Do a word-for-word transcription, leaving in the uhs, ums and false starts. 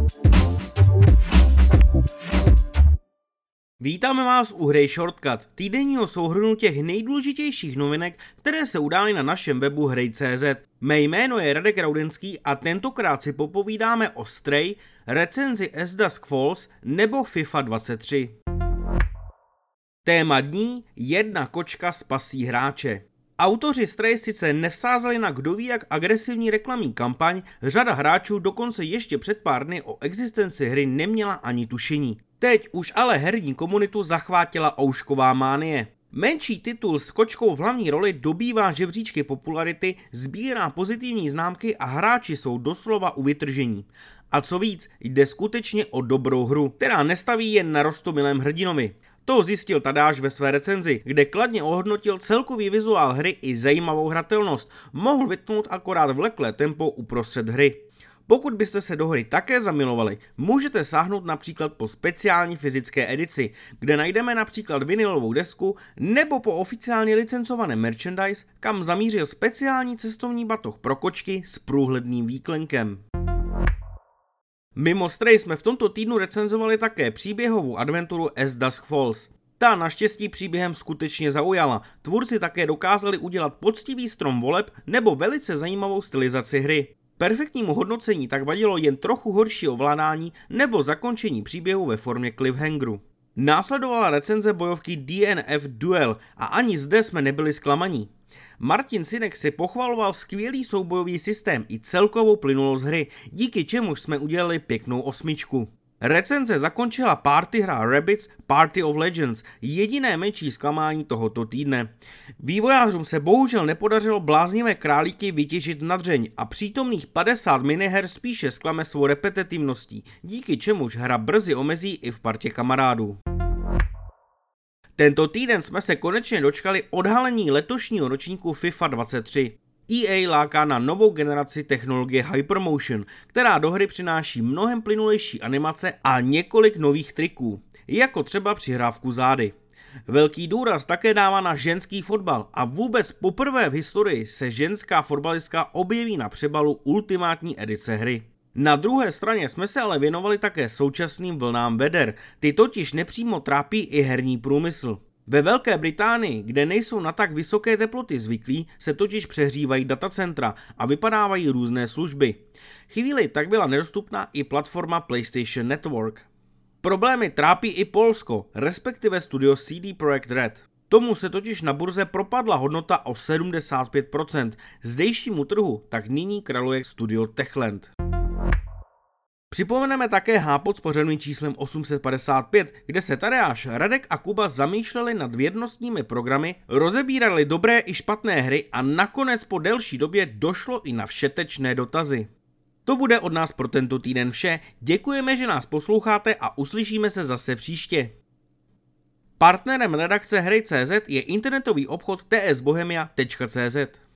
Vítáme vás u hry Shortcut, týdenního souhrnu těch nejdůležitějších novinek, které se udály na našem webu hry tečka cé zet. Mé jméno je Radek Raudenský a tentokrát si popovídáme o Stray, recenzi As Dusk Falls nebo FIFA dvacet tři. Téma dní: jedna kočka spasí hráče. Autoři Stray sice nevsázeli na kdo ví jak agresivní reklamní kampaň, řada hráčů dokonce ještě před pár dny o existenci hry neměla ani tušení. Teď už ale herní komunitu zachvátila oušková mánie. Menší titul s kočkou v hlavní roli dobývá žebříčky popularity, sbírá pozitivní známky a hráči jsou doslova u vytržení. A co víc, jde skutečně o dobrou hru, která nestaví jen na roztomilém hrdinovi. To zjistil Tadáš ve své recenzi, kde kladně ohodnotil celkový vizuál hry i zajímavou hratelnost. Mohl vytnout akorát vleklé tempo uprostřed hry. Pokud byste se do hry také zamilovali, můžete sáhnout například po speciální fyzické edici, kde najdeme například vinylovou desku, nebo po oficiálně licencovaném merchandise, kam zamířil speciální cestovní batoh pro kočky s průhledným výklenkem. Mimo Stray jsme v tomto týdnu recenzovali také příběhovou adventuru As Dusk Falls. Ta naštěstí příběhem skutečně zaujala, tvůrci také dokázali udělat poctivý strom voleb nebo velice zajímavou stylizaci hry. Perfektnímu hodnocení tak vadilo jen trochu horší ovládání nebo zakončení příběhu ve formě cliffhangeru. Následovala recenze bojovky D N F Duel a ani zde jsme nebyli zklamaní. Martin Sinek si pochvaloval skvělý soubojový systém i celkovou plynulost hry, díky čemuž jsme udělali pěknou osmičku. Recenze zakončila party hra Rabbids Party of Legends, jediné menší zklamání tohoto týdne. Vývojářům se bohužel nepodařilo bláznivé králíky vytěžit na dřeň a přítomných padesát miniher spíše zklame svou repetitivností, díky čemuž hra brzy omezí i v partě kamarádů. Tento týden jsme se konečně dočkali odhalení letošního ročníku FIFA dvacet tři. E A láká na novou generaci technologie Hypermotion, která do hry přináší mnohem plynulejší animace a několik nových triků, jako třeba přihrávku zády. Velký důraz také dává na ženský fotbal a vůbec poprvé v historii se ženská fotbalistka objeví na přebalu ultimátní edice hry. Na druhé straně jsme se ale věnovali také současným vlnám veder, ty totiž nepřímo trápí i herní průmysl. Ve Velké Británii, kde nejsou na tak vysoké teploty zvyklí, se totiž přehřívají datacentra a vypadávají různé služby. Chvíli tak byla nedostupná i platforma PlayStation Network. Problémy trápí i Polsko, respektive studio C D Projekt Red. Tomu se totiž na burze propadla hodnota o sedmdesát pět procent, zdejšímu trhu tak nyní králuje studio Techland. Připomeneme také Hápot s pořadovým číslem osm set padesát pět, kde se Tadeáš, Radek a Kuba zamýšleli nad vědnostními programy, rozebírali dobré i špatné hry a nakonec po delší době došlo i na všetečné dotazy. To bude od nás pro tento týden vše, děkujeme, že nás posloucháte a uslyšíme se zase příště. Partnerem redakce hry tečka cé zet je internetový obchod t s bohemia tečka cé zet.